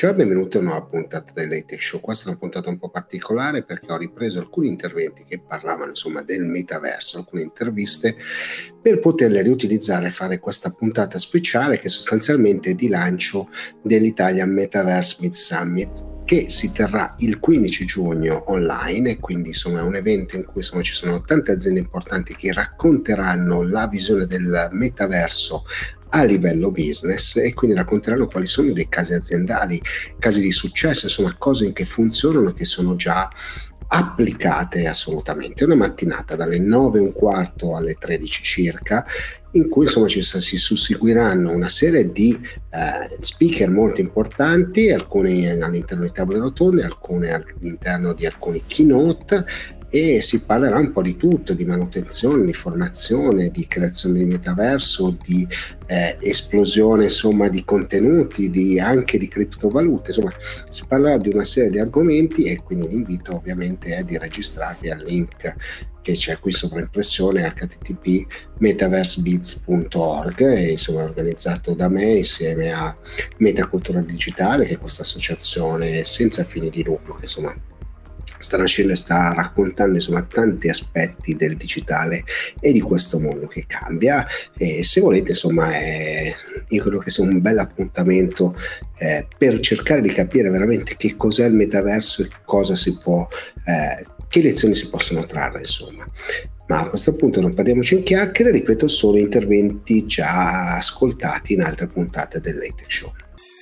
Ciao e benvenuti a una nuova puntata del Late Show. Questa è una puntata un po' particolare perché ho ripreso alcuni interventi che parlavano insomma del metaverso, alcune interviste per poterle riutilizzare e fare questa puntata speciale che sostanzialmente è di lancio dell'Italia Metaverse Mid Summit, che si terrà il 15 giugno online, e quindi insomma è un evento in cui insomma ci sono tante aziende importanti che racconteranno la visione del metaverso a livello business, e quindi racconteranno quali sono dei casi aziendali, casi di successo, insomma cose che funzionano e che sono già applicate assolutamente. Una mattinata dalle 9:15 alle 13 circa, in cui insomma si susseguiranno una serie di speaker molto importanti, alcuni all'interno di tavole rotonde, alcune all'interno di alcuni keynote, e si parlerà un po' di tutto, di manutenzione, di formazione, di creazione di metaverso, di esplosione insomma di contenuti, anche di criptovalute. Insomma si parlerà di una serie di argomenti, e quindi l'invito ovviamente è di registrarvi al link che c'è qui sopra impressione, http://metaversebiz.org, e insomma organizzato da me insieme a Metacultura Digitale, che è questa associazione senza fini di lucro che insomma sta nascendo e sta raccontando insomma tanti aspetti del digitale e di questo mondo che cambia. E se volete insomma io credo che sia un bel appuntamento per cercare di capire veramente che cos'è il metaverso e cosa si può che lezioni si possono trarre insomma. Ma a questo punto non parliamoci in chiacchiere, ripeto solo interventi già ascoltati in altre puntate del Late Show.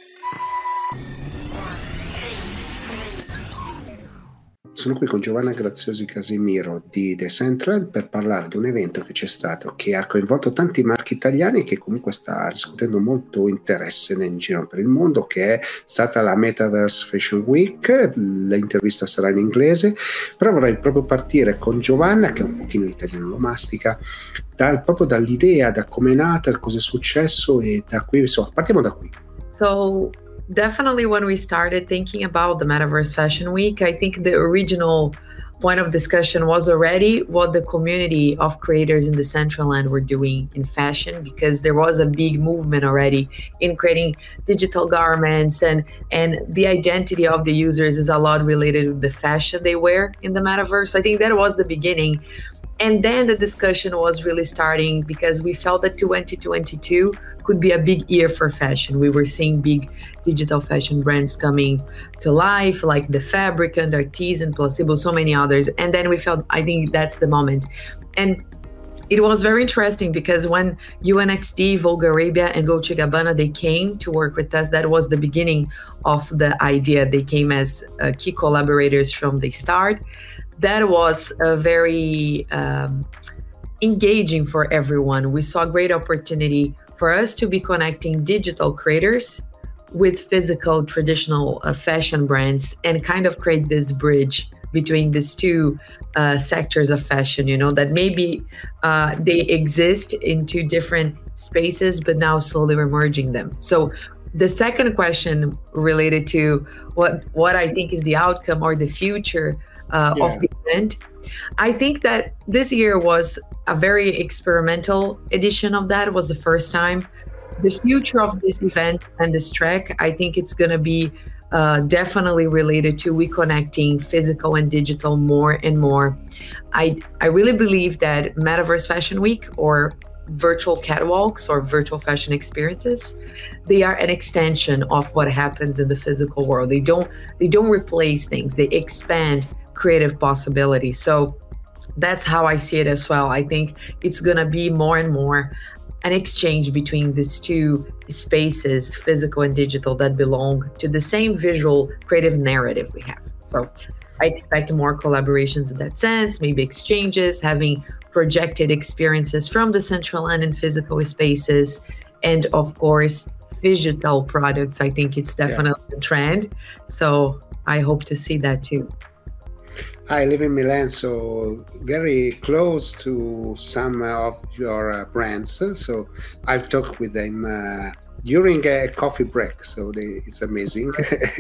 Sono qui con Giovanna Graziosi Casimiro di Decentraland per parlare di un evento che c'è stato, che ha coinvolto tanti marchi italiani e che comunque sta riscuotendo molto interesse in giro per il mondo, che è stata la Metaverse Fashion Week. L'intervista sarà in inglese, però vorrei proprio partire con Giovanna, che è un pochino italiano, lo mastica, proprio dall'idea, da come è nata, cosa è successo, e da qui insomma partiamo da qui. So definitely when we started thinking about the Metaverse Fashion Week, I think the original point of discussion was already what the community of creators in Decentraland were doing in fashion, because there was a big movement already in creating digital garments, and the identity of the users is a lot related to the fashion they wear in the Metaverse. I think that was the beginning. And then the discussion was really starting because we felt that 2022 could be a big year for fashion. We were seeing big digital fashion brands coming to life, like The Fabricant, Artisan, Placebo, so many others. And then we felt, I think that's the moment. And it was very interesting because when UNXT, Vogue Arabia, and Dolce & Gabbana, they came to work with us, that was the beginning of the idea. They came as key collaborators from the start. That was a very engaging for everyone. We saw a great opportunity for us to be connecting digital creators with physical traditional fashion brands, and kind of create this bridge between these two sectors of fashion, you know, that maybe they exist in two different spaces, but now slowly we're merging them. So the second question related to what I think is the outcome or the future of the event. I think that this year was a very experimental edition of that. It was the first time. The future of this event and this track, I think it's going to be definitely related to reconnecting physical and digital more and more. I really believe that Metaverse Fashion Week, or virtual catwalks or virtual fashion experiences, they are an extension of what happens in the physical world. They don't replace things, they expand creative possibilities. So that's how I see it as well. I think it's going to be more and more an exchange between these two spaces, physical and digital, that belong to the same visual creative narrative we have. So I expect more collaborations in that sense, maybe exchanges, having projected experiences from the Decentraland and physical spaces, and of course, digital products. I think it's definitely a trend. So I hope to see that too. I live in Milan, so very close to some of your brands. So I've talked with them during a coffee break, so it's amazing.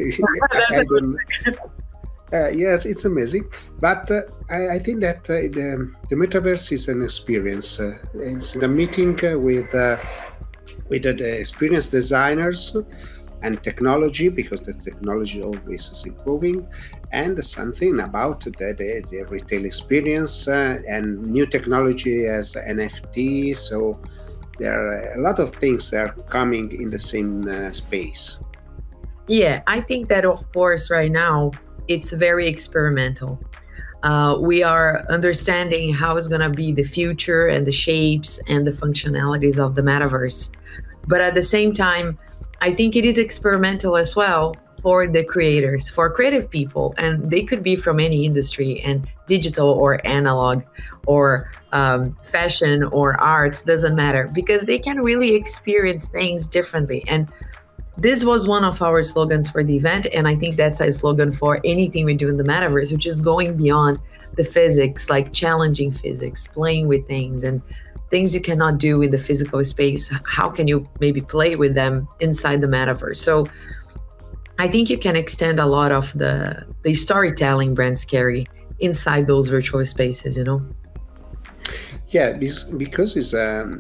Yes, it's amazing. But I think that the metaverse is an experience. It's the meeting with the experienced designers and technology, because the technology always is improving, and something about the retail experience and new technology as NFT. So there are a lot of things that are coming in the same space. Yeah, I think that, of course, right now it's very experimental. We are understanding how it's going to be the future and the shapes and the functionalities of the metaverse. But at the same time, I think it is experimental as well for the creators, for creative people, and they could be from any industry, and digital or analog or fashion or arts, doesn't matter, because they can really experience things differently. And this was one of our slogans for the event, and I think that's a slogan for anything we do in the metaverse, which is going beyond the physics, like challenging physics, playing with things and things you cannot do in the physical space. How can you maybe play with them inside the metaverse? So I think you can extend a lot of the storytelling brands carry inside those virtual spaces, you know? Yeah, because it's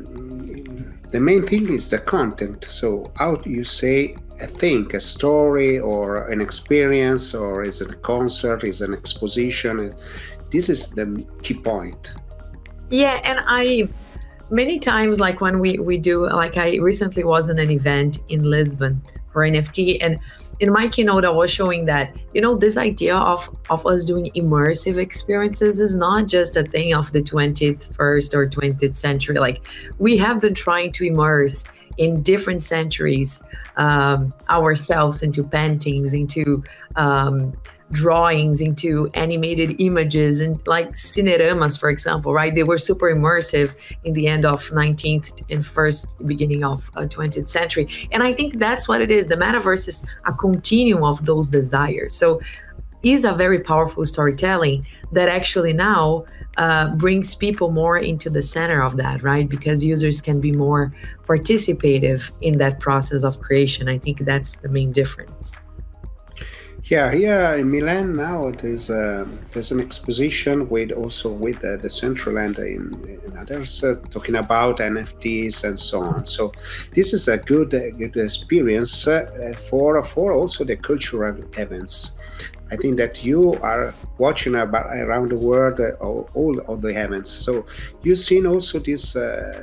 the main thing is the content. So how do you say a thing, a story or an experience, or is it a concert, is an exposition? This is the key point. Yeah, and many times, like when we do, like I recently was in an event in Lisbon for NFT, and in my keynote I was showing that, you know, this idea of us doing immersive experiences is not just a thing of the 21st or 20th century. Like, we have been trying to immerse in different centuries ourselves into paintings, into drawings, into animated images, and like cineramas, for example, right? They were super immersive in the end of 19th and first beginning of 20th century. And I think that's what it is. The metaverse is a continuum of those desires. So is a very powerful storytelling that actually now brings people more into the center of that, right? Because users can be more participative in that process of creation. I think that's the main difference. Yeah, here in Milan now there's an exposition with the Decentraland in others talking about NFTs and so on. So this is a good experience for also the cultural events. I think that you are watching around the world all of the events. So you've seen also this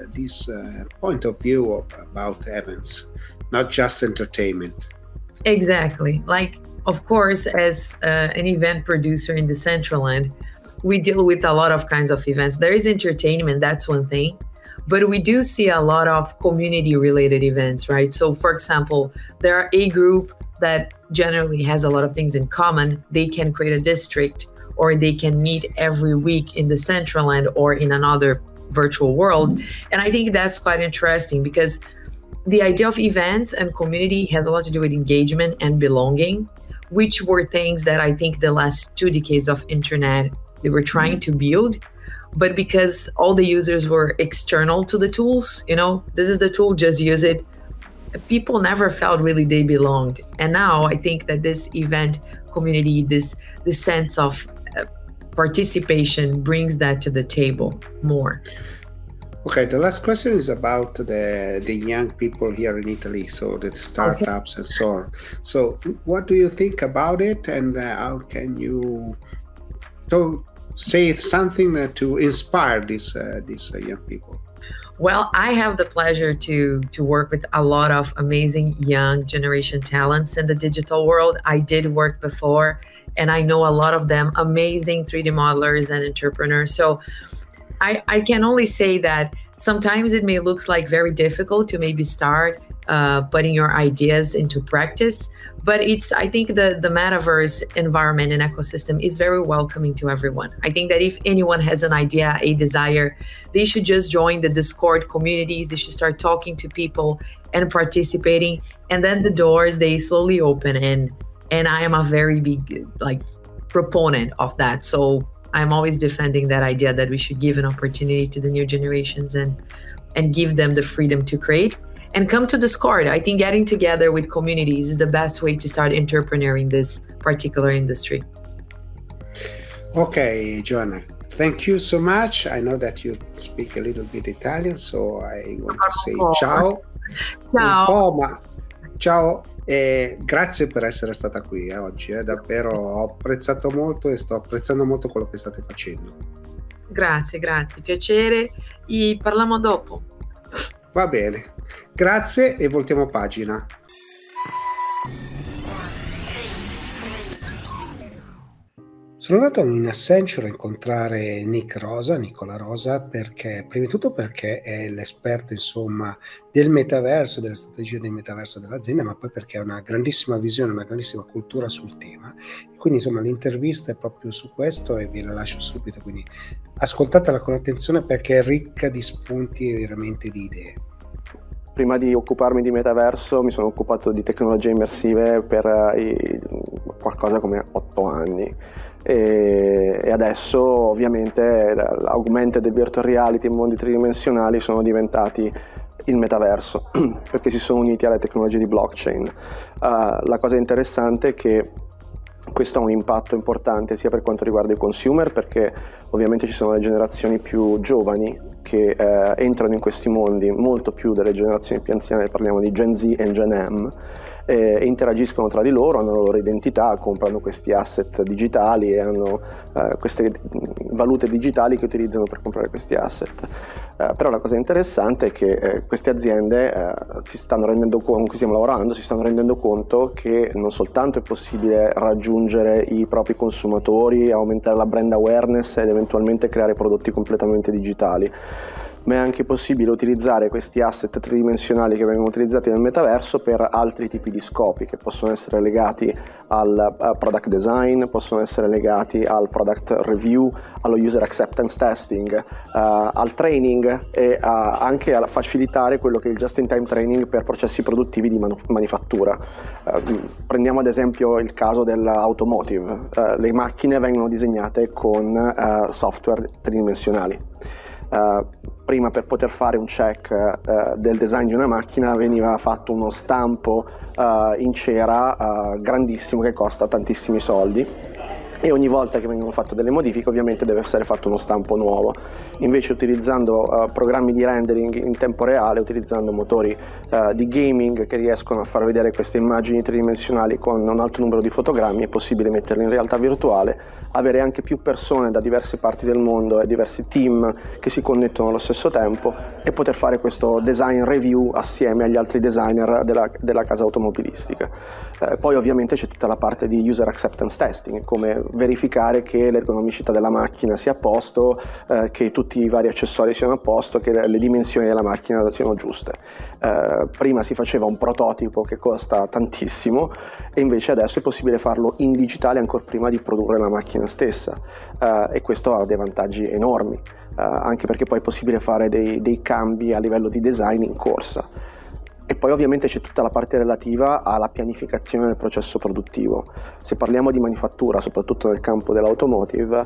point of view about events, not just entertainment. Exactly. Like, of course, as an event producer in Decentraland, we deal with a lot of kinds of events. There is entertainment, that's one thing, but we do see a lot of community-related events, right? So, for example, there are a group that generally has a lot of things in common. They can create a district, or they can meet every week in Decentraland or in another virtual world. And I think that's quite interesting, because the idea of events and community has a lot to do with engagement and belonging, which were things that I think the last 2 decades of internet, they were trying to build. But because all the users were external to the tools, you know, this is the tool, just use it, people never felt really they belonged. And now I think that this event community, this sense of participation brings that to the table more. Okay, the last question is about the young people here in Italy, so the startups and so on. So what do you think about it, and how can you say something to inspire these young people? Well, I have the pleasure to work with a lot of amazing young generation talents in the digital world. I did work before, and I know a lot of them, amazing 3D modelers and entrepreneurs. So I can only say that sometimes it may look like very difficult to maybe start putting your ideas into practice, but I think the metaverse environment and ecosystem is very welcoming to everyone. I think that if anyone has an idea, a desire, they should just join the Discord communities. They should start talking to people and participating, and then the doors, they slowly open. And I am a very big proponent of that. So I'm always defending that idea that we should give an opportunity to the new generations and give them the freedom to create and come to Discord. I think getting together with communities is the best way to start entrepreneuring this particular industry. Okay, Joanna, thank you so much. I know that you speak a little bit Italian, so I want to say ciao. Ciao. Ciao e grazie per essere stata qui oggi, davvero ho apprezzato molto e sto apprezzando molto quello che state facendo. Grazie, piacere e parliamo dopo. Va bene, grazie e voltiamo pagina. Sono andato in Accenture a incontrare Nicola Rosa, perché, prima di tutto perché è l'esperto, insomma, del metaverso, della strategia del metaverso dell'azienda, ma poi perché ha una grandissima visione, una grandissima cultura sul tema. E quindi, insomma, l'intervista è proprio su questo e ve la lascio subito, quindi ascoltatela con attenzione perché è ricca di spunti e veramente di idee. Prima di occuparmi di metaverso mi sono occupato di tecnologie immersive per qualcosa come 8 anni e adesso ovviamente l'augmented e virtual reality e mondi tridimensionali sono diventati il metaverso perché si sono uniti alle tecnologie di blockchain. La cosa interessante è che questo ha un impatto importante sia per quanto riguarda i consumer, perché ovviamente ci sono le generazioni più giovani che entrano in questi mondi molto più delle generazioni più anziane, parliamo di Gen Z e Gen M, e interagiscono tra di loro, hanno la loro identità, comprano questi asset digitali e hanno queste valute digitali che utilizzano per comprare questi asset. Però la cosa interessante è che queste aziende si stanno rendendo conto, con cui stiamo lavorando, si stanno rendendo conto che non soltanto è possibile raggiungere i propri consumatori, aumentare la brand awareness ed eventualmente creare prodotti completamente digitali, ma è anche possibile utilizzare questi asset tridimensionali che vengono utilizzati nel metaverso per altri tipi di scopi, che possono essere legati al product design, possono essere legati al product review, allo user acceptance testing, al training e anche a facilitare quello che è il just-in-time training per processi produttivi di manifattura. Prendiamo ad esempio il caso dell'automotive. Le macchine vengono disegnate con software tridimensionali. Prima, per poter fare un check del design di una macchina, veniva fatto uno stampo in cera grandissimo che costa tantissimi soldi, e ogni volta che vengono fatte delle modifiche ovviamente deve essere fatto uno stampo nuovo. Invece, utilizzando programmi di rendering in tempo reale, utilizzando motori di gaming che riescono a far vedere queste immagini tridimensionali con un alto numero di fotogrammi, è possibile metterle in realtà virtuale, avere anche più persone da diverse parti del mondo e diversi team che si connettono allo stesso tempo e poter fare questo design review assieme agli altri designer della casa automobilistica. Poi ovviamente c'è tutta la parte di user acceptance testing, come verificare che l'ergonomicità della macchina sia a posto, che tutti i vari accessori siano a posto, che le dimensioni della macchina siano giuste. Prima si faceva un prototipo che costa tantissimo e invece adesso è possibile farlo in digitale ancora prima di produrre la macchina stessa, e questo ha dei vantaggi enormi, anche perché poi è possibile fare dei cambi a livello di design in corsa. E poi ovviamente c'è tutta la parte relativa alla pianificazione del processo produttivo. Se parliamo di manifattura, soprattutto nel campo dell'automotive,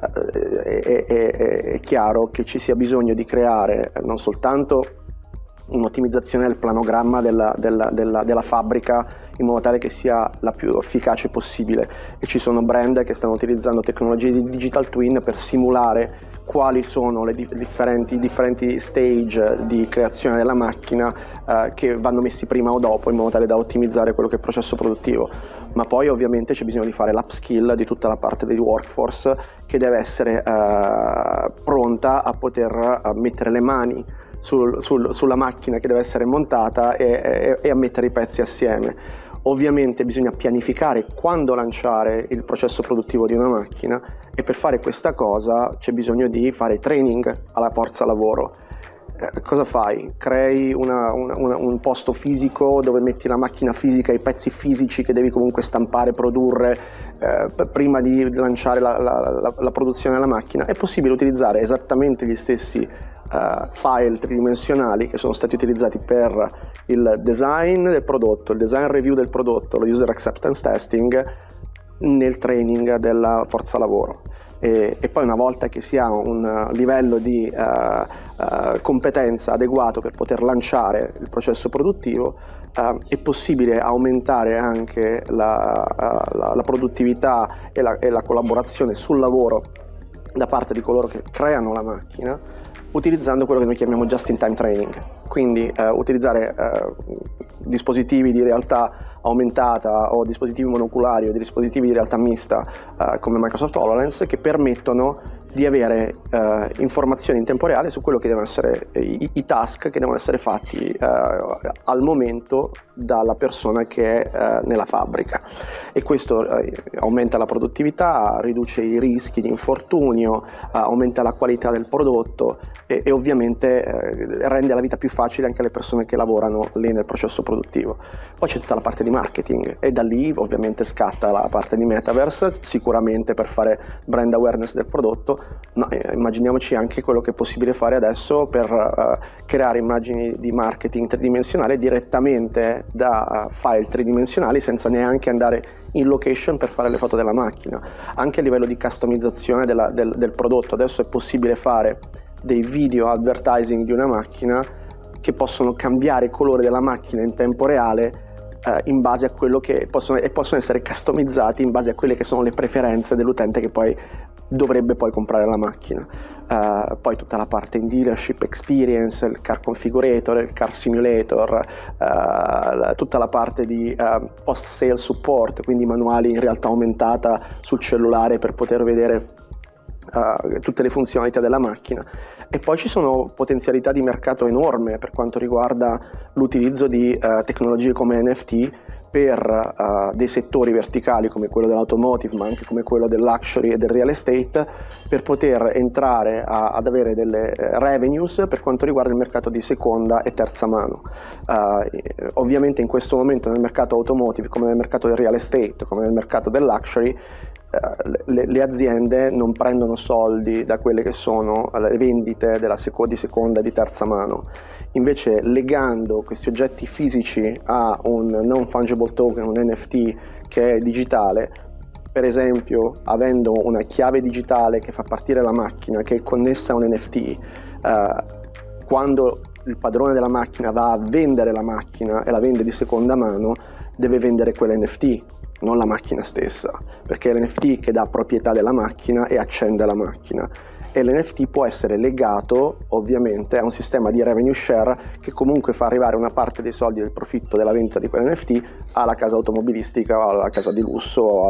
è chiaro che ci sia bisogno di creare non soltanto un'ottimizzazione del planogramma della fabbrica in modo tale che sia la più efficace possibile, e ci sono brand che stanno utilizzando tecnologie di digital twin per simulare quali sono le differenti stage di creazione della macchina che vanno messi prima o dopo in modo tale da ottimizzare quello che è il processo produttivo. Ma poi ovviamente c'è bisogno di fare l'upskill di tutta la parte di workforce che deve essere pronta a poter mettere le mani sulla macchina che deve essere montata e a mettere i pezzi assieme. Ovviamente bisogna pianificare quando lanciare il processo produttivo di una macchina, e per fare questa cosa c'è bisogno di fare training alla forza lavoro. Cosa fai? Crei un posto fisico dove metti la macchina fisica, i pezzi fisici che devi comunque stampare, produrre prima di lanciare la produzione della macchina. È possibile utilizzare esattamente gli stessi file tridimensionali che sono stati utilizzati per il design del prodotto, il design review del prodotto, lo user acceptance testing nel training della forza lavoro. E poi una volta che si ha un livello di competenza adeguato per poter lanciare il processo produttivo, è possibile aumentare anche la produttività e la collaborazione sul lavoro da parte di coloro che creano la macchina, utilizzando quello che noi chiamiamo just-in-time training, quindi utilizzare dispositivi di realtà aumentata o dispositivi monoculari o dispositivi di realtà mista come Microsoft HoloLens, che permettono di avere informazioni in tempo reale su quello che devono essere i task che devono essere fatti al momento dalla persona che è nella fabbrica, e questo aumenta la produttività, riduce i rischi di infortunio, aumenta la qualità del prodotto e ovviamente rende la vita più facile anche alle persone che lavorano lì nel processo produttivo. Poi c'è tutta la parte di marketing e da lì ovviamente scatta la parte di metaverse, sicuramente per fare brand awareness del prodotto, ma immaginiamoci anche quello che è possibile fare adesso per creare immagini di marketing tridimensionale direttamente da file tridimensionali senza neanche andare in location per fare le foto della macchina. Anche a livello di customizzazione del prodotto adesso è possibile fare dei video advertising di una macchina che possono cambiare il colore della macchina in tempo reale in base a quello che possono essere customizzati in base a quelle che sono le preferenze dell'utente che poi dovrebbe poi comprare la macchina. Poi tutta la parte in dealership experience, il car configurator, il car simulator, tutta la parte di post sale support, quindi manuali in realtà aumentata sul cellulare per poter vedere tutte le funzionalità della macchina. E poi ci sono potenzialità di mercato enorme per quanto riguarda l'utilizzo di tecnologie come NFT per dei settori verticali come quello dell'automotive, ma anche come quello del luxury e del real estate, per poter entrare ad avere delle revenues per quanto riguarda il mercato di seconda e terza mano. Ovviamente in questo momento nel mercato automotive, come nel mercato del real estate, come nel mercato del luxury, le aziende non prendono soldi da quelle che sono le vendite di seconda e di terza mano. Invece legando questi oggetti fisici a un non fungible token, un NFT che è digitale, per esempio avendo una chiave digitale che fa partire la macchina, che è connessa a un NFT, quando il padrone della macchina va a vendere la macchina e la vende di seconda mano, deve vendere quell'NFT, non la macchina stessa, perché è l'NFT che dà proprietà della macchina e accende la macchina, e l'NFT può essere legato ovviamente a un sistema di revenue share che comunque fa arrivare una parte dei soldi del profitto della vendita di quell'NFT alla casa automobilistica o alla casa di lusso o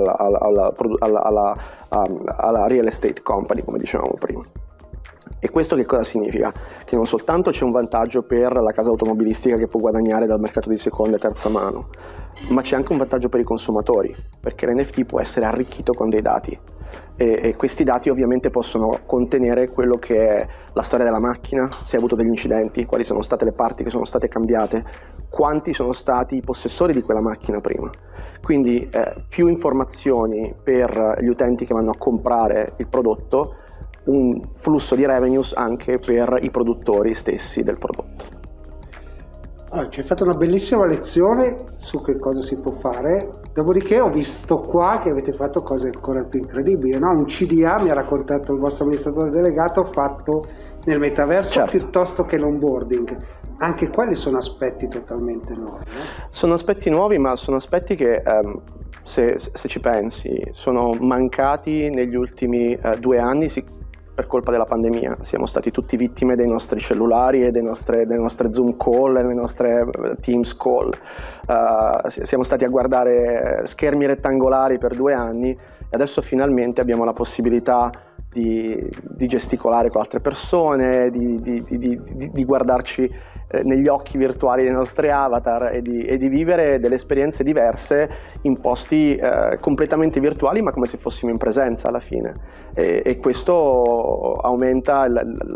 alla real estate company, come dicevamo prima. E questo che cosa significa? Che non soltanto c'è un vantaggio per la casa automobilistica che può guadagnare dal mercato di seconda e terza mano, ma c'è anche un vantaggio per i consumatori, perché l'NFT può essere arricchito con dei dati e questi dati ovviamente possono contenere quello che è la storia della macchina, se ha avuto degli incidenti, quali sono state le parti che sono state cambiate, quanti sono stati i possessori di quella macchina prima. Quindi più informazioni per gli utenti che vanno a comprare il prodotto, un flusso di revenues anche per i produttori stessi del prodotto. Allora, ci hai fatto una bellissima lezione su che cosa si può fare, dopodiché ho visto qua che avete fatto cose ancora più incredibili, no? Un CDA, mi ha raccontato il vostro amministratore delegato, fatto nel metaverso, certo, piuttosto che l'onboarding. Anche quelli sono aspetti totalmente nuovi, no? Sono aspetti nuovi, ma sono aspetti che se ci pensi sono mancati negli ultimi 2 anni per colpa della pandemia. Siamo stati tutti vittime dei nostri cellulari e delle nostre Zoom call e delle nostre Teams call. Siamo stati a guardare schermi rettangolari per 2 anni e adesso finalmente abbiamo la possibilità di gesticolare con altre persone, di guardarci negli occhi virtuali dei nostri avatar e di vivere delle esperienze diverse in posti completamente virtuali, ma come se fossimo in presenza alla fine, e questo aumenta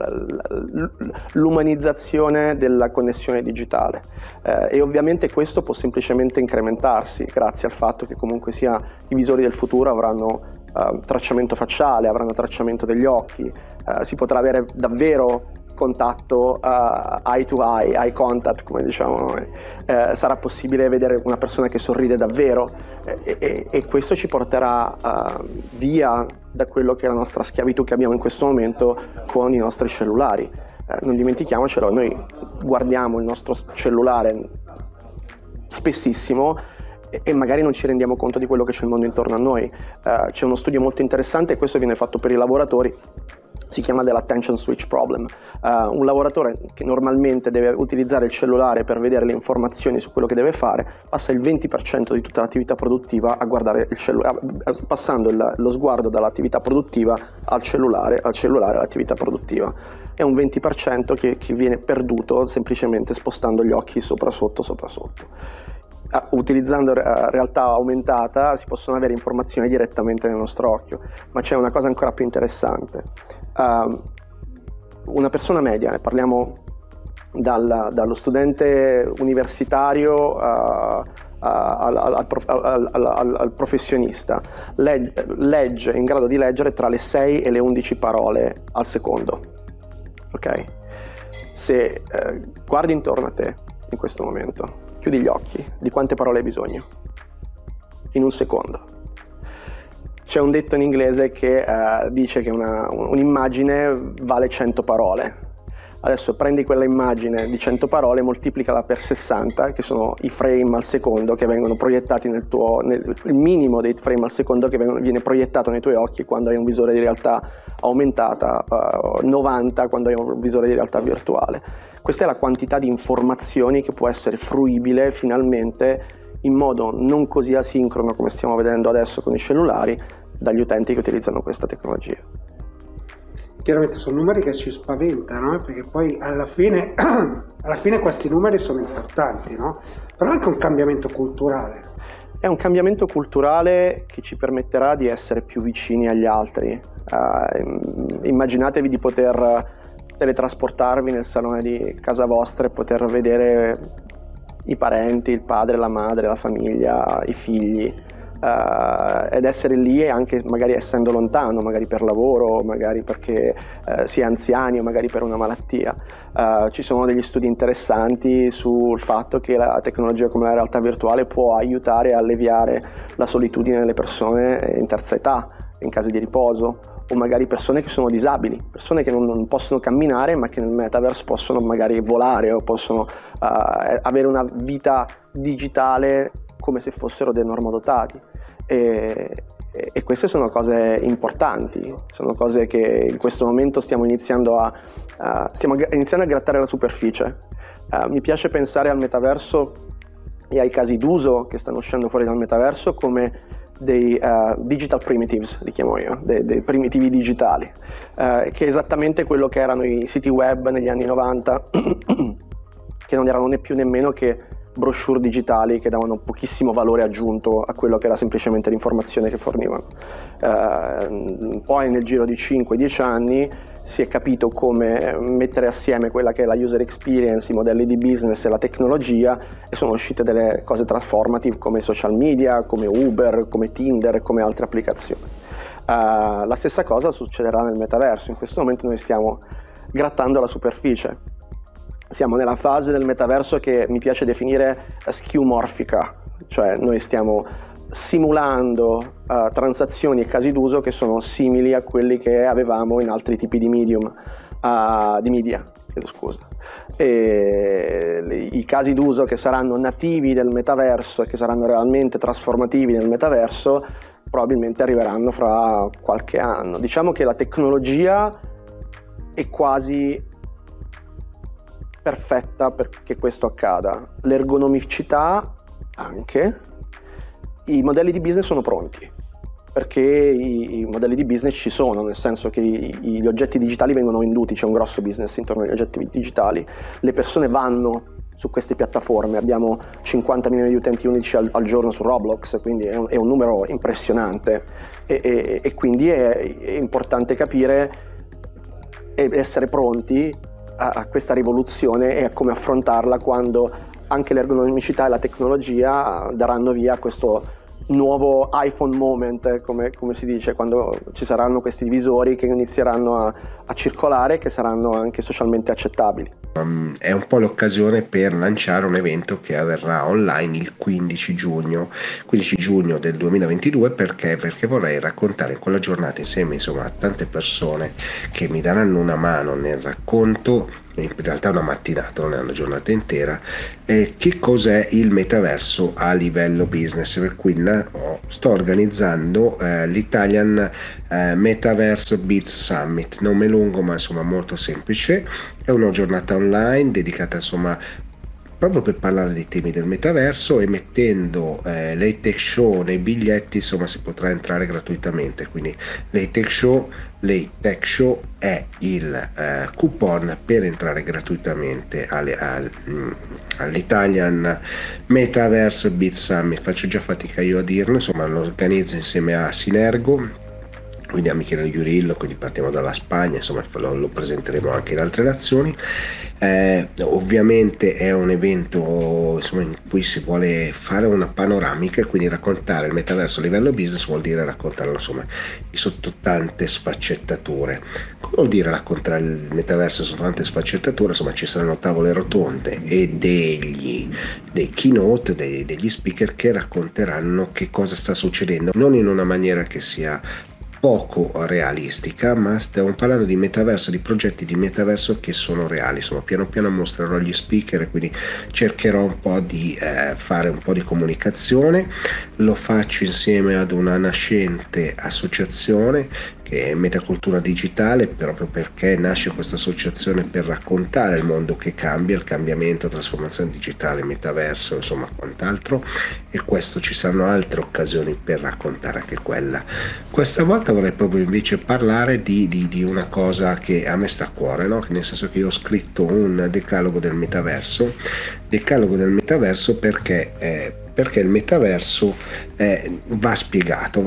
l'umanizzazione della connessione digitale, e ovviamente questo può semplicemente incrementarsi grazie al fatto che comunque sia i visori del futuro avranno tracciamento facciale, avranno tracciamento degli occhi, si potrà avere davvero contatto eye to eye contact, come diciamo noi, sarà possibile vedere una persona che sorride davvero, e questo ci porterà via da quello che è la nostra schiavitù che abbiamo in questo momento con i nostri cellulari. Non dimentichiamocelo, noi guardiamo il nostro cellulare spessissimo e magari non ci rendiamo conto di quello che c'è nel mondo intorno a noi. C'è uno studio molto interessante, e questo viene fatto per i lavoratori, si chiama dell'attention switch problem. Un lavoratore che normalmente deve utilizzare il cellulare per vedere le informazioni su quello che deve fare passa il 20% di tutta l'attività produttiva a guardare il cellulare, passando lo sguardo dall'attività produttiva al cellulare all'attività produttiva. È un 20% che viene perduto semplicemente spostando gli occhi sopra sotto. Utilizzando realtà aumentata si possono avere informazioni direttamente nel nostro occhio, ma c'è una cosa ancora più interessante. Una persona media, ne parliamo dallo studente universitario al professionista, legge, è in grado di leggere tra le 6 e le 11 parole al secondo. Ok? Se guardi intorno a te in questo momento, chiudi gli occhi, di quante parole hai bisogno? In un secondo. C'è un detto in inglese che dice che un'immagine vale 100 parole. Adesso prendi quella immagine di 100 parole, moltiplicala per 60, che sono i frame al secondo che vengono proiettati il minimo dei frame al secondo che viene proiettato nei tuoi occhi quando hai un visore di realtà aumentata, 90 quando hai un visore di realtà virtuale. Questa è la quantità di informazioni che può essere fruibile finalmente in modo non così asincrono come stiamo vedendo adesso con i cellulari dagli utenti che utilizzano questa tecnologia. Chiaramente sono numeri che ci spaventano, perché poi alla fine questi numeri sono importanti, no? Però è anche un cambiamento culturale. È un cambiamento culturale che ci permetterà di essere più vicini agli altri. Immaginatevi di poter teletrasportarvi nel salone di casa vostra e poter vedere i parenti, il padre, la madre, la famiglia, i figli, ed essere lì e anche magari essendo lontano, magari per lavoro, magari perché si è anziani o magari per una malattia. Ci sono degli studi interessanti sul fatto che la tecnologia come la realtà virtuale può aiutare a alleviare la solitudine delle persone in terza età, in case di riposo, o magari persone che sono disabili, persone che non possono camminare ma che nel metaverse possono magari volare o possono avere una vita digitale come se fossero dei normodotati. E queste sono cose importanti, sono cose che in questo momento stiamo iniziando a grattare la superficie. Mi piace pensare al metaverso e ai casi d'uso che stanno uscendo fuori dal metaverso come dei digital primitives, li chiamo io, dei primitivi digitali, che è esattamente quello che erano i siti web negli anni 90, che non erano né più nemmeno che brochure digitali che davano pochissimo valore aggiunto a quello che era semplicemente l'informazione che fornivano. Poi nel giro di 5-10 anni si è capito come mettere assieme quella che è la user experience, i modelli di business e la tecnologia, e sono uscite delle cose transformative come social media, come Uber, come Tinder e come altre applicazioni. La stessa cosa succederà nel metaverso. In questo momento noi stiamo grattando la superficie. Siamo nella fase del metaverso che mi piace definire skeuomorfica, cioè noi stiamo simulando transazioni e casi d'uso che sono simili a quelli che avevamo in altri tipi di media. E i casi d'uso che saranno nativi del metaverso e che saranno realmente trasformativi nel metaverso probabilmente arriveranno fra qualche anno. Diciamo che la tecnologia è quasi perfetta perché questo accada, l'ergonomicità anche, i modelli di business sono pronti, perché i modelli di business ci sono, nel senso che gli oggetti digitali vengono venduti, c'è un grosso business intorno agli oggetti digitali, le persone vanno su queste piattaforme, abbiamo 50 milioni di utenti unici al giorno su Roblox, quindi è un numero impressionante e quindi è importante capire e essere pronti a questa rivoluzione e a come affrontarla quando anche l'ergonomicità e la tecnologia daranno via a questo nuovo iPhone moment, come si dice, quando ci saranno questi visori che inizieranno a circolare e che saranno anche socialmente accettabili. È un po' l'occasione per lanciare un evento che avverrà online il 15 giugno del 2022, perché vorrei raccontare in quella giornata insieme a tante persone che mi daranno una mano nel racconto, in realtà una mattinata, non è una giornata intera, che cos'è il metaverso a livello business, per cui sto organizzando l'Italian Metaverse Biz Summit. Non me lo lungo ma insomma molto semplice. È una giornata online dedicata insomma proprio per parlare dei temi del metaverso, e mettendo l'High-Tech Show nei biglietti insomma si potrà entrare gratuitamente. Quindi l'High-Tech Show è il coupon per entrare gratuitamente all'Italian Metaverse Beat Summit. Faccio già fatica io a dirlo, insomma lo organizzo insieme a Sinergo, quindi a Michele Iurillo, quindi partiamo dalla Spagna, insomma lo presenteremo anche in altre nazioni. Ovviamente è un evento insomma in cui si vuole fare una panoramica e quindi raccontare il metaverso a livello business vuol dire raccontarlo insomma sotto tante sfaccettature. Come vuol dire raccontare il metaverso sotto tante sfaccettature? Insomma ci saranno tavole rotonde e dei keynote, degli speaker che racconteranno che cosa sta succedendo, non in una maniera che sia poco realistica, ma stiamo parlando di metaverso, di progetti di metaverso che sono reali. Insomma piano piano mostrerò gli speaker e quindi cercherò un po' di fare un po' di comunicazione. Lo faccio insieme ad una nascente associazione che è Metacultura Digitale, proprio perché nasce questa associazione per raccontare il mondo che cambia, il cambiamento, trasformazione digitale, metaverso, insomma quant'altro, e questo ci saranno altre occasioni per raccontare anche quella. Questa volta vorrei proprio invece parlare di una cosa che a me sta a cuore, no? Nel senso che io ho scritto un decalogo del metaverso perché il metaverso va spiegato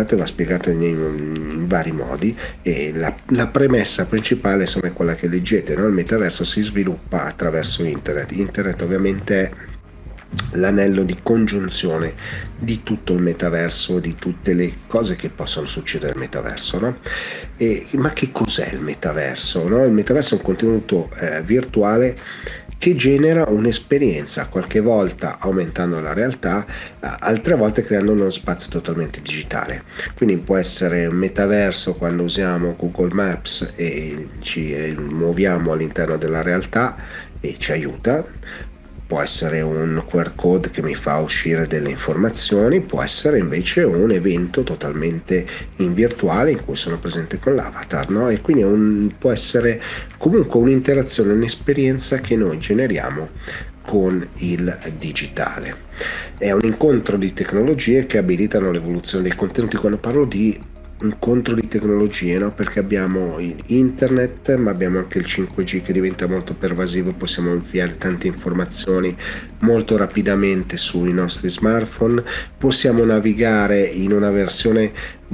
in vari modi, e la premessa principale insomma è quella che leggete, no? Il metaverso si sviluppa attraverso internet ovviamente è l'anello di congiunzione di tutto il metaverso, di tutte le cose che possono succedere nel metaverso, no? Ma che cos'è il metaverso, no? Il metaverso è un contenuto virtuale che genera un'esperienza, qualche volta aumentando la realtà, altre volte creando uno spazio totalmente digitale. Quindi può essere un metaverso quando usiamo Google Maps e ci muoviamo all'interno della realtà e ci aiuta. Può essere un QR code che mi fa uscire delle informazioni, può essere invece un evento totalmente in virtuale in cui sono presente con l'avatar, no? E quindi può essere comunque un'interazione, un'esperienza che noi generiamo con il digitale. È un incontro di tecnologie che abilitano l'evoluzione dei contenuti. Quando parlo di incontro di tecnologie, no? Perché abbiamo internet, ma abbiamo anche il 5G che diventa molto pervasivo, possiamo inviare tante informazioni molto rapidamente sui nostri smartphone, possiamo navigare in una versione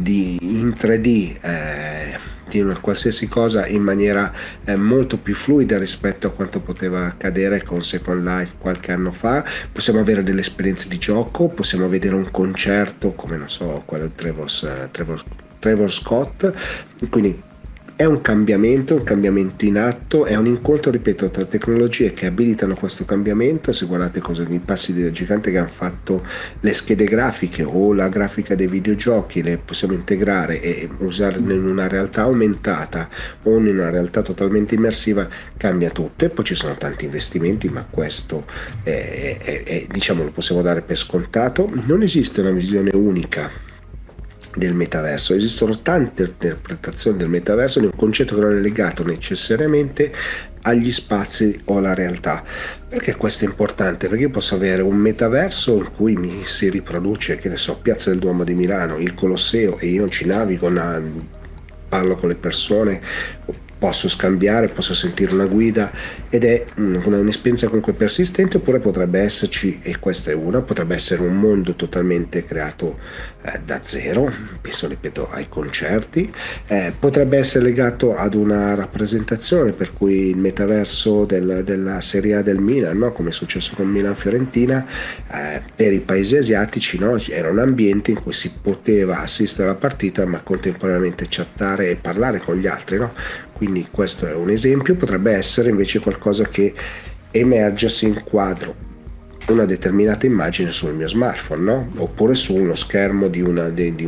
in 3D di una qualsiasi cosa in maniera molto più fluida rispetto a quanto poteva accadere con Second Life qualche anno fa. Possiamo avere delle esperienze di gioco, possiamo vedere un concerto come non so quello di Trevor Scott, quindi è un cambiamento in atto, è un incontro, ripeto, tra tecnologie che abilitano questo cambiamento. Se guardate i passi del gigante che hanno fatto le schede grafiche o la grafica dei videogiochi, le possiamo integrare e usarle in una realtà aumentata o in una realtà totalmente immersiva, cambia tutto. E poi ci sono tanti investimenti, ma questo diciamo lo possiamo dare per scontato. Non esiste una visione unica del metaverso, esistono tante interpretazioni del metaverso, di un concetto che non è legato necessariamente agli spazi o alla realtà. Perché questo è importante? Perché io posso avere un metaverso in cui mi si riproduce, che ne so, Piazza del Duomo di Milano, il Colosseo, e io ci navigo, parlo con le persone, posso scambiare, posso sentire una guida, ed è un'esperienza comunque persistente. Oppure potrebbe esserci, e questa è potrebbe essere un mondo totalmente creato da zero, penso, ripeto, ai concerti, potrebbe essere legato ad una rappresentazione, per cui il metaverso della Serie A del Milan, no? Come è successo con Milan-Fiorentina, per i paesi asiatici, no? Era un ambiente in cui si poteva assistere alla partita ma contemporaneamente chattare e parlare con gli altri, no? Quindi questo è un esempio. Potrebbe essere invece qualcosa che emerge se inquadro una determinata immagine sul mio smartphone, no? Oppure su uno schermo di una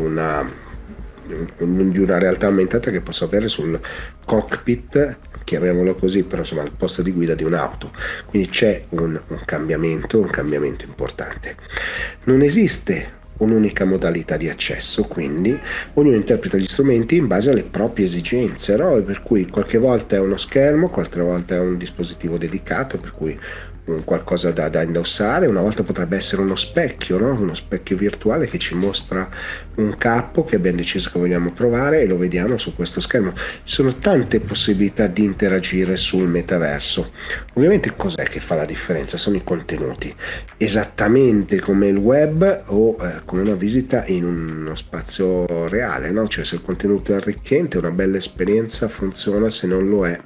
realtà aumentata che posso avere sul cockpit, chiamiamolo così, però insomma al posto di guida di un'auto. Quindi c'è un cambiamento importante. Non esiste un'unica modalità di accesso, quindi ognuno interpreta gli strumenti in base alle proprie esigenze, no? Per cui qualche volta è uno schermo, qualche volta è un dispositivo dedicato, per cui qualcosa da indossare, una volta potrebbe essere uno specchio, no? Uno specchio virtuale che ci mostra un capo che abbiamo deciso che vogliamo provare e lo vediamo su questo schermo. Ci sono tante possibilità di interagire sul metaverso. Ovviamente cos'è che fa la differenza? Sono i contenuti, esattamente come il web o come una visita in uno spazio reale, no? Cioè, se il contenuto è arricchente, una bella esperienza funziona, se non lo è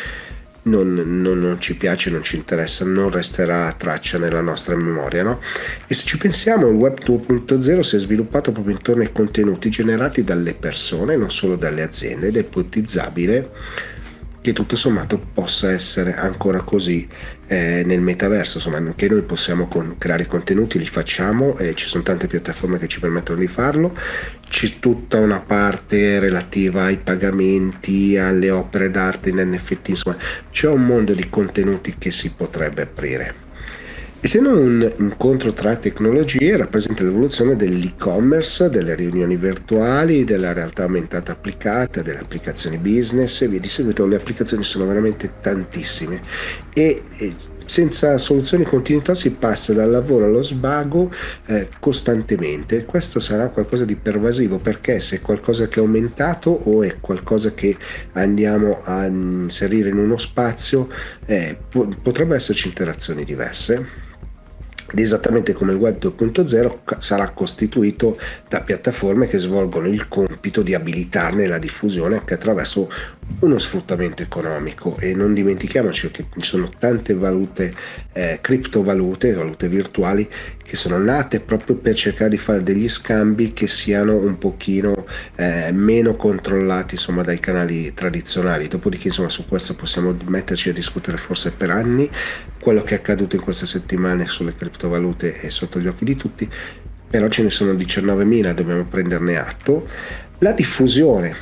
non ci piace, non ci interessa, non resterà traccia nella nostra memoria, no? E se ci pensiamo, il web 2.0 si è sviluppato proprio intorno ai contenuti generati dalle persone, non solo dalle aziende, ed è ipotizzabile che tutto sommato possa essere ancora così nel metaverso. Insomma, anche noi possiamo creare contenuti, li facciamo, ci sono tante piattaforme che ci permettono di farlo, c'è tutta una parte relativa ai pagamenti, alle opere d'arte in NFT, insomma c'è un mondo di contenuti che si potrebbe aprire. Essendo un incontro tra tecnologie, rappresenta l'evoluzione dell'e-commerce, delle riunioni virtuali, della realtà aumentata applicata, delle applicazioni business e via di seguito. Le applicazioni sono veramente tantissime e senza soluzioni di continuità si passa dal lavoro allo svago costantemente. Questo sarà qualcosa di pervasivo, perché se è qualcosa che è aumentato o è qualcosa che andiamo a inserire in uno spazio, potrebbero esserci interazioni diverse. Ed esattamente come il web 2.0 sarà costituito da piattaforme che svolgono il compito di abilitarne la diffusione anche attraverso uno sfruttamento economico. E non dimentichiamoci che ci sono tante valute, criptovalute, valute virtuali, che sono nate proprio per cercare di fare degli scambi che siano un pochino meno controllati, insomma, dai canali tradizionali. Dopodiché, insomma, su questo possiamo metterci a discutere forse per anni. Quello che è accaduto in queste settimane sulle criptovalute è sotto gli occhi di tutti, però ce ne sono 19.000, dobbiamo prenderne atto. La diffusione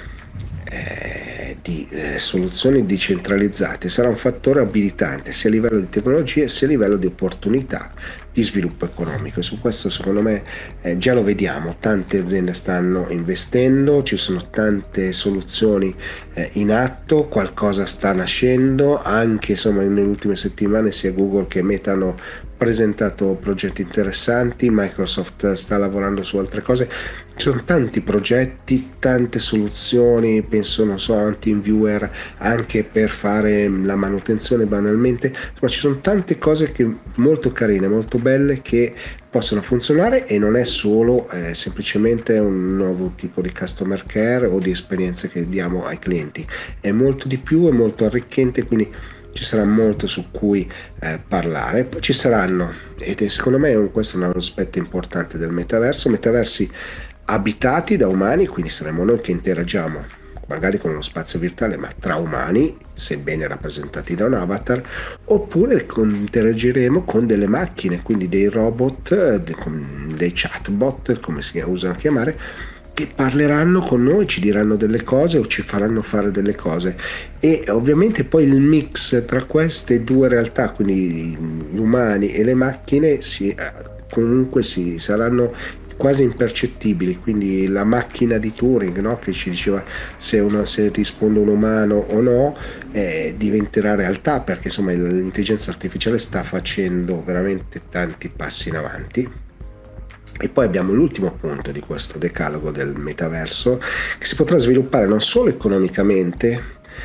di soluzioni decentralizzate sarà un fattore abilitante sia a livello di tecnologie sia a livello di opportunità di sviluppo economico, e su questo secondo me già lo vediamo, tante aziende stanno investendo, ci sono tante soluzioni in atto, qualcosa sta nascendo, anche insomma nelle ultime settimane sia Google che Meta hanno presentato progetti interessanti, Microsoft sta lavorando su altre cose, ci sono tanti progetti, tante soluzioni, penso non so a TeamViewer anche per fare la manutenzione banalmente, insomma ci sono tante cose che molto carine, molto belle, che possono funzionare, e non è solo semplicemente un nuovo tipo di customer care o di esperienze che diamo ai clienti, è molto di più, è molto arricchente, quindi ci sarà molto su cui parlare. Poi ci saranno, ed secondo me questo è un aspetto importante del metaverso, metaversi abitati da umani, quindi saremo noi che interagiamo magari con uno spazio virtuale ma tra umani, sebbene rappresentati da un avatar, oppure interagiremo con delle macchine, quindi dei robot, dei chatbot come si usano a chiamare, che parleranno con noi, ci diranno delle cose o ci faranno fare delle cose. E ovviamente poi il mix tra queste due realtà, quindi gli umani e le macchine, comunque saranno quasi impercettibili, quindi la macchina di Turing, no? Che ci diceva se risponde un umano o no, diventerà realtà, perché insomma l'intelligenza artificiale sta facendo veramente tanti passi in avanti. E poi abbiamo l'ultimo punto di questo decalogo del metaverso, che si potrà sviluppare non solo economicamente,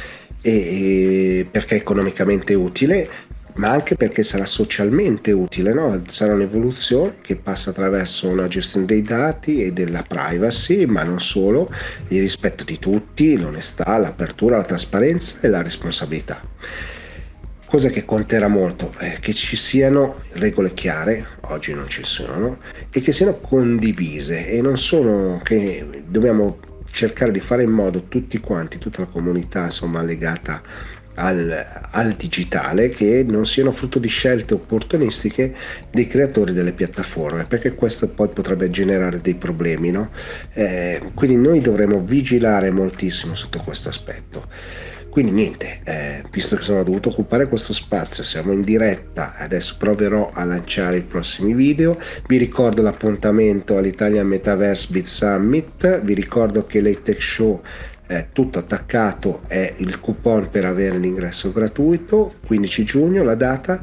perché è economicamente utile, ma anche perché sarà socialmente utile, no? Sarà un'evoluzione che passa attraverso una gestione dei dati e della privacy, ma non solo, il rispetto di tutti, l'onestà, l'apertura, la trasparenza e la responsabilità. Cosa che conterà molto è che ci siano regole chiare, oggi non ci sono, e che siano condivise, e non sono che dobbiamo cercare di fare in modo tutti quanti, tutta la comunità insomma legata al digitale, che non siano frutto di scelte opportunistiche dei creatori delle piattaforme, perché questo poi potrebbe generare dei problemi, no? Quindi noi dovremo vigilare moltissimo sotto questo aspetto. Quindi niente, visto che sono dovuto occupare questo spazio, siamo in diretta, adesso proverò a lanciare i prossimi video. Vi ricordo l'appuntamento all'Italia Metaverse Bit Summit, vi ricordo che LaTeX Show è tutto attaccato, è il coupon per avere l'ingresso gratuito, 15 giugno la data.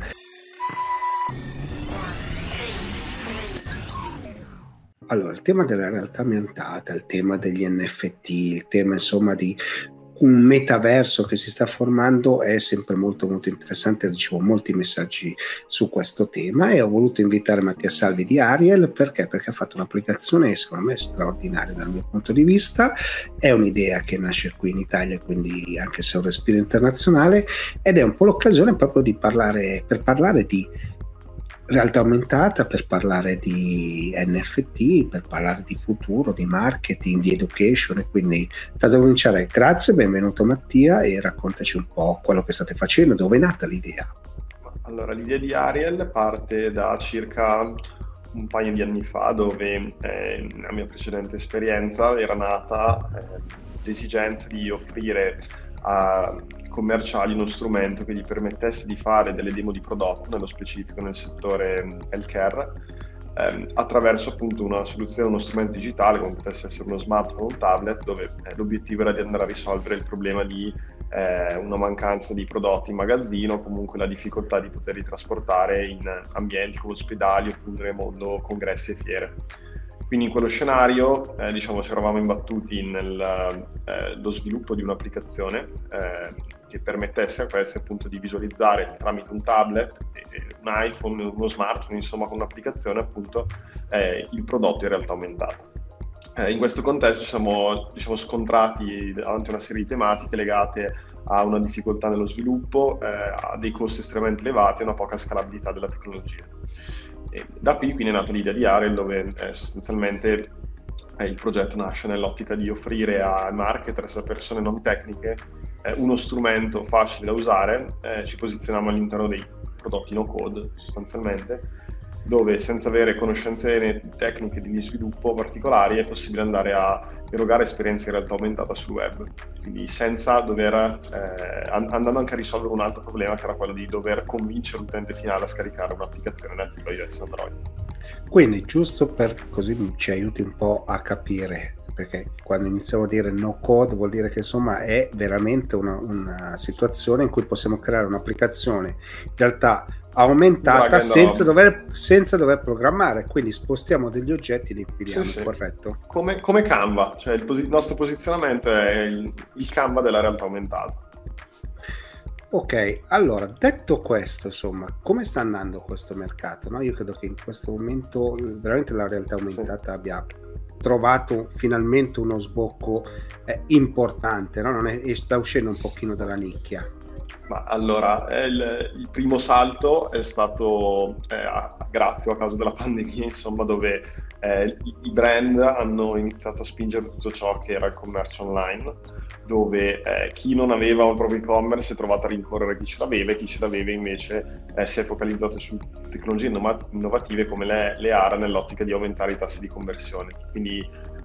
Allora, il tema della realtà aumentata, il tema degli NFT, il tema insomma di un metaverso che si sta formando è sempre molto molto interessante. Ricevo molti messaggi su questo tema e ho voluto invitare Mattia Salvi di Ariel perché ha fatto un'applicazione secondo me straordinaria dal mio punto di vista. È un'idea che nasce qui in Italia, quindi anche se è un respiro internazionale, ed è un po' l'occasione proprio per parlare di realtà aumentata, per parlare di NFT, per parlare di futuro, di marketing, di education. E quindi da cominciare, grazie, benvenuto Mattia, e raccontaci un po' quello che state facendo, dove è nata l'idea. Allora, l'idea di Ariel parte da circa un paio di anni fa, dove nella mia precedente esperienza era nata l'esigenza di offrire a commerciali uno strumento che gli permettesse di fare delle demo di prodotto, nello specifico nel settore healthcare, attraverso appunto una soluzione, uno strumento digitale come potesse essere uno smartphone o un tablet, dove l'obiettivo era di andare a risolvere il problema di una mancanza di prodotti in magazzino, o comunque la difficoltà di poterli trasportare in ambienti come ospedali oppure mondo congressi e fiere. Quindi in quello scenario ci eravamo imbattuti nello sviluppo di un'applicazione che permettesse a questi appunto di visualizzare tramite un tablet, un iPhone, uno smartphone, insomma con un'applicazione appunto il prodotto in realtà aumentata. In questo contesto ci siamo scontrati davanti a una serie di tematiche legate a una difficoltà nello sviluppo, a dei costi estremamente elevati e una poca scalabilità della tecnologia. E da qui quindi è nata l'idea di Ariel, dove sostanzialmente il progetto nasce nell'ottica di offrire a marketers, a persone non tecniche, uno strumento facile da usare. Ci posizioniamo all'interno dei prodotti no code sostanzialmente, dove senza avere conoscenze tecniche di sviluppo particolari è possibile andare a erogare esperienze in realtà aumentata sul web, quindi senza dover andando anche a risolvere un altro problema, che era quello di dover convincere l'utente finale a scaricare un'applicazione nativa iOS Android. Quindi giusto per così ci aiuti un po' a capire, perché quando iniziamo a dire no code vuol dire che insomma è veramente una situazione in cui possiamo creare un'applicazione in realtà aumentata senza dover programmare, quindi spostiamo degli oggetti e li infiliamo, sì. Corretto? Come Canva, cioè il nostro posizionamento è il Canva della realtà aumentata. Ok, allora detto questo, insomma, come sta andando questo mercato? No? Io credo che in questo momento veramente la realtà aumentata abbia trovato finalmente uno sbocco importante, no? Sta uscendo un pochino dalla nicchia. Ma allora, il primo salto è stato grazie a causa della pandemia, insomma, dove i brand hanno iniziato a spingere tutto ciò che era il commercio online, dove chi non aveva un proprio e-commerce si è trovato a rincorrere chi ce l'aveva, e chi ce l'aveva invece si è focalizzato su tecnologie innovative come le AR, nell'ottica di aumentare i tassi di conversione. Quindi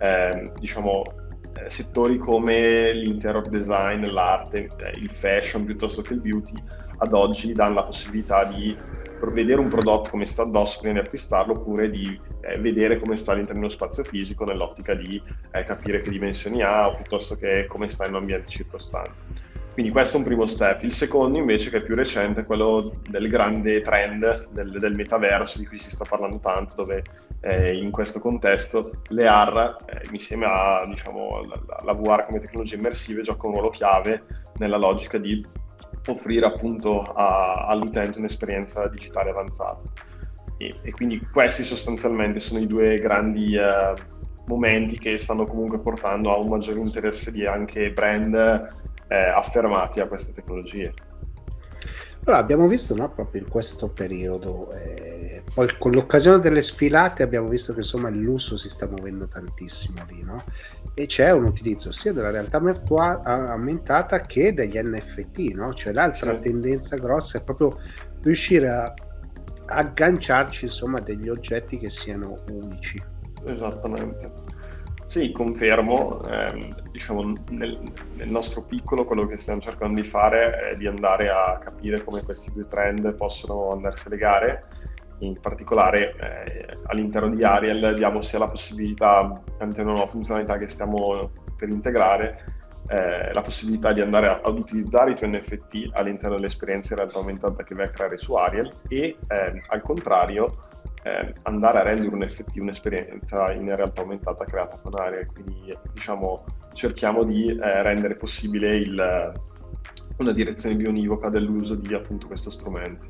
settori come l'interior design, l'arte, il fashion piuttosto che il beauty ad oggi danno la possibilità di vedere un prodotto come sta addosso prima di acquistarlo, oppure di vedere come sta all'interno di uno spazio fisico nell'ottica di capire che dimensioni ha, o piuttosto che come sta in un ambiente circostante. Quindi questo è un primo step. Il secondo invece, che è più recente, è quello del grande trend del metaverso di cui si sta parlando tanto, dove in questo contesto le AR insieme a la VR come tecnologie immersive gioca un ruolo chiave nella logica di offrire appunto all'utente un'esperienza digitale avanzata. E quindi questi sostanzialmente sono i due grandi momenti che stanno comunque portando a un maggiore interesse di anche brand affermati a queste tecnologie. Allora, abbiamo visto, no, proprio in questo periodo, poi con l'occasione delle sfilate abbiamo visto che insomma il lusso si sta muovendo tantissimo lì, no? E c'è un utilizzo sia della realtà aumentata che degli NFT, no? Cioè l'altra tendenza grossa è proprio riuscire a agganciarci insomma degli oggetti che siano unici. Esattamente. Sì, confermo, diciamo nel nostro piccolo quello che stiamo cercando di fare è di andare a capire come questi due trend possono andarsi a legare. In particolare all'interno di Ariel diamo sia la possibilità, tramite una nuova funzionalità che stiamo per integrare, la possibilità di andare ad utilizzare i tuoi NFT all'interno dell'esperienza in realtà aumentata che vai a creare su Ariel e al contrario andare a rendere un NFT un'esperienza in realtà aumentata creata con Ariel. Quindi diciamo cerchiamo di rendere possibile una direzione bionivoca dell'uso di appunto questo strumento.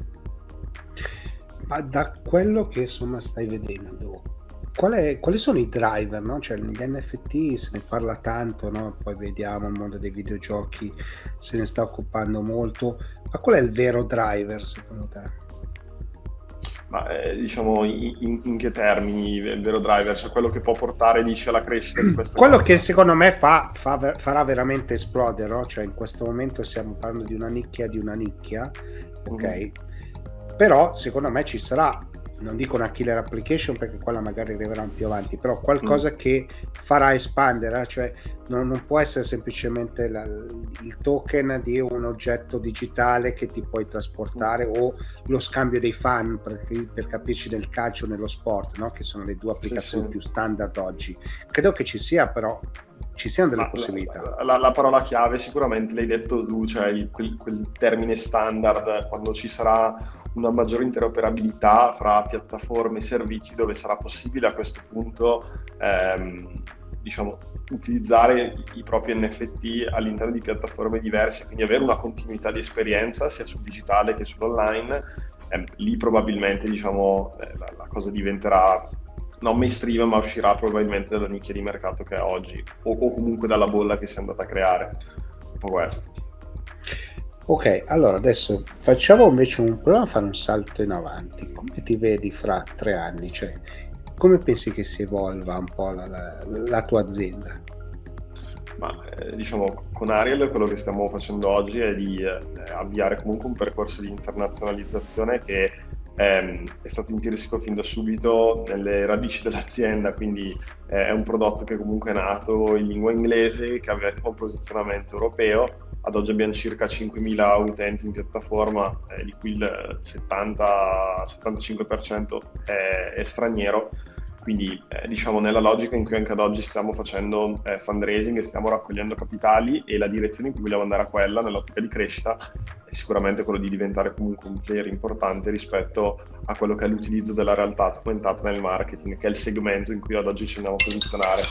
Ma da quello che insomma stai vedendo, quali sono i driver, no? Cioè negli NFT se ne parla tanto, no? Poi vediamo il mondo dei videogiochi se ne sta occupando molto, ma qual è il vero driver secondo te? Ma diciamo in che termini il vero driver? Cioè quello che può portare, dice, alla crescita di questa quello cosa? che secondo me farà veramente esplodere, no? Cioè in questo momento stiamo parlando di una nicchia, ok? Però secondo me ci sarà, non dico una killer application perché quella magari arriverà più avanti, però qualcosa che farà espandere, cioè non può essere semplicemente il token di un oggetto digitale che ti puoi trasportare o lo scambio dei fan, per capirci, del calcio nello sport, no? Che sono le due applicazioni più standard oggi. Credo che ci siano delle possibilità. La parola chiave sicuramente l'hai detto tu, cioè quel termine standard, quando ci sarà una maggiore interoperabilità fra piattaforme e servizi, dove sarà possibile a questo punto diciamo utilizzare i propri NFT all'interno di piattaforme diverse, quindi avere una continuità di esperienza sia sul digitale che sull'online. Lì probabilmente diciamo la cosa diventerà non mainstream, ma uscirà probabilmente dalla nicchia di mercato che è oggi, o comunque dalla bolla che si è andata a creare. Un po' questo. Ok, allora adesso facciamo invece proviamo a fare un salto in avanti. Come ti vedi fra 3 anni? Cioè, come pensi che si evolva un po' la tua azienda? Ma diciamo con Ariel quello che stiamo facendo oggi è di avviare comunque un percorso di internazionalizzazione che è stato intrisico fin da subito nelle radici dell'azienda, quindi è un prodotto che comunque è nato in lingua inglese, che aveva un posizionamento europeo. Ad oggi abbiamo circa 5.000 utenti in piattaforma, di cui il 70-75% è straniero. Quindi diciamo nella logica in cui anche ad oggi stiamo facendo fundraising e stiamo raccogliendo capitali, e la direzione in cui vogliamo andare a quella nell'ottica di crescita è sicuramente quello di diventare comunque un player importante rispetto a quello che è l'utilizzo della realtà aumentata nel marketing, che è il segmento in cui ad oggi ci andiamo a posizionare.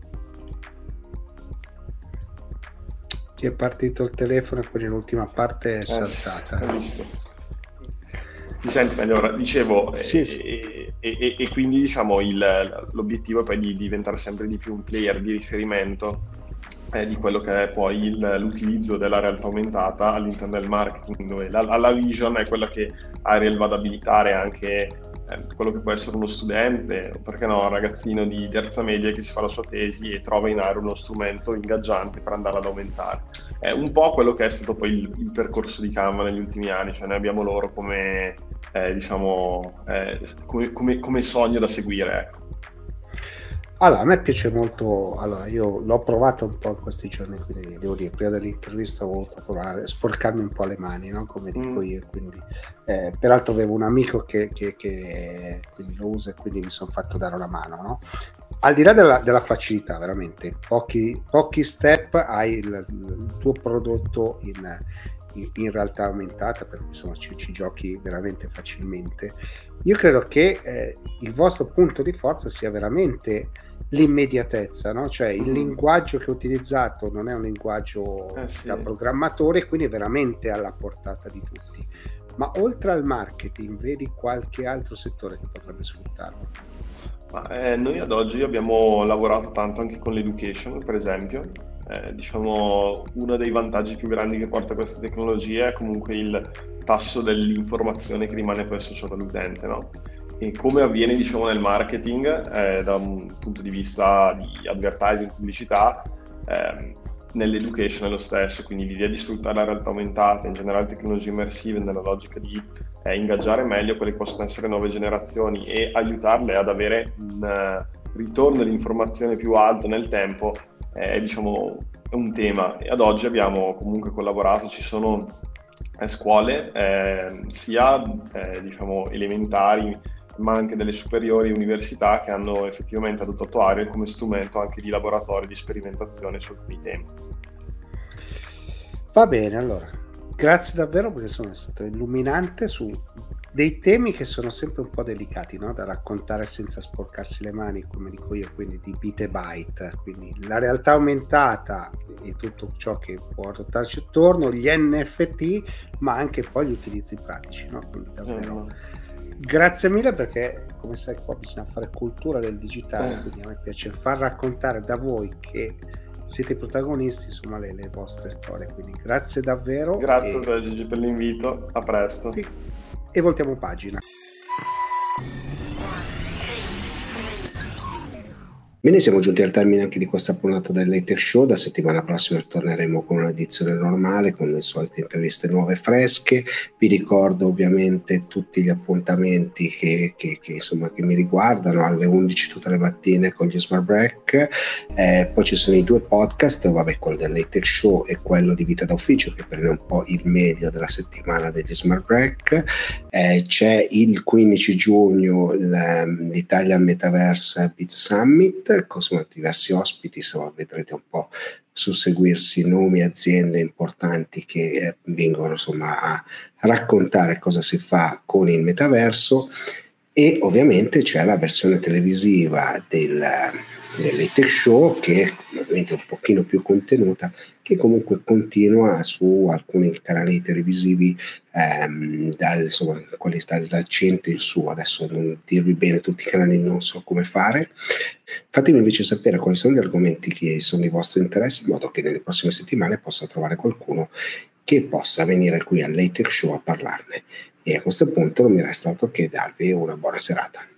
Ti è partito il telefono e poi l'ultima parte è saltata. Ho visto. Mi senti meglio ora? Dicevo, sì. E quindi diciamo l'obiettivo è poi di diventare sempre di più un player di riferimento di quello che è poi l'utilizzo della realtà aumentata all'interno del marketing, dove la vision è quella che Ariel va ad abilitare anche quello che può essere uno studente, o perché no, un ragazzino di terza media che si fa la sua tesi e trova in Ariel uno strumento ingaggiante per andare ad aumentare. È un po' quello che è stato poi il percorso di Canva negli ultimi anni, cioè noi abbiamo loro come come sogno da seguire, ecco. Allora, a me piace molto, allora io l'ho provato un po' in questi giorni, quindi devo dire, prima dell'intervista ho voluto provare, sporcarmi un po' le mani, no? Come dico io, quindi peraltro avevo un amico che quindi lo usa e quindi mi sono fatto dare una mano, no? Al di là della facilità, veramente, pochi step hai il tuo prodotto in realtà aumentata, per cui insomma ci giochi veramente facilmente. Io credo che il vostro punto di forza sia veramente l'immediatezza, no? Cioè il linguaggio che ho utilizzato non è un linguaggio da programmatore, quindi è veramente alla portata di tutti. Ma oltre al marketing, vedi qualche altro settore che potrebbe sfruttarlo? Noi ad oggi abbiamo lavorato tanto anche con l'education, per esempio. Diciamo uno dei vantaggi più grandi che porta questa tecnologia è comunque il tasso dell'informazione che rimane poi associato all'utente, no? E come avviene diciamo nel marketing da un punto di vista di advertising, pubblicità, nell'education è lo stesso, quindi l'idea di sfruttare la realtà aumentata, in generale tecnologie immersive, nella logica di ingaggiare meglio quelle che possono essere nuove generazioni e aiutarle ad avere ritorno dell'informazione più alto nel tempo è, diciamo, è un tema, e ad oggi abbiamo comunque collaborato, ci sono scuole sia diciamo elementari ma anche delle superiori università che hanno effettivamente adottato Ariel come strumento anche di laboratorio di sperimentazione su alcuni temi. Va bene, allora grazie davvero, perché sono stato illuminante su dei temi che sono sempre un po' delicati, no? Da raccontare senza sporcarsi le mani, come dico io, quindi di bit e byte, quindi la realtà aumentata e tutto ciò che può ruotarci attorno, gli NFT, ma anche poi gli utilizzi pratici, no? Quindi davvero grazie mille, perché come sai qua bisogna fare cultura del digitale, quindi a me piace far raccontare da voi che siete i protagonisti, insomma, le vostre storie, quindi grazie davvero. Grazie a te Gigi per l'invito, a presto. Sì. E voltiamo pagina. Bene, siamo giunti al termine anche di questa puntata del Late Show. Da settimana prossima torneremo con un'edizione normale, con le solite interviste nuove e fresche. Vi ricordo ovviamente tutti gli appuntamenti che insomma che mi riguardano, alle 11 tutte le mattine con gli Smart Break. Poi ci sono i 2 podcast, vabbè, quello del Late Show e quello di Vita d'Ufficio, che prende un po' il meglio della settimana degli Smart Break. C'è il 15 giugno l'Italia Metaverse Biz Summit, con diversi ospiti, insomma, vedrete un po' susseguirsi nomi, aziende importanti che vengono insomma a raccontare cosa si fa con il metaverso. E ovviamente c'è la versione televisiva del Late Show, che è ovviamente un pochino più contenuta, che comunque continua su alcuni canali televisivi dal 100 in su. Adesso non dirvi bene tutti i canali, non so come fare. Fatemi invece sapere quali sono gli argomenti che sono di vostro interesse, in modo che nelle prossime settimane possa trovare qualcuno che possa venire qui al Late Show a parlarne. E a questo punto non mi resta altro che darvi una buona serata.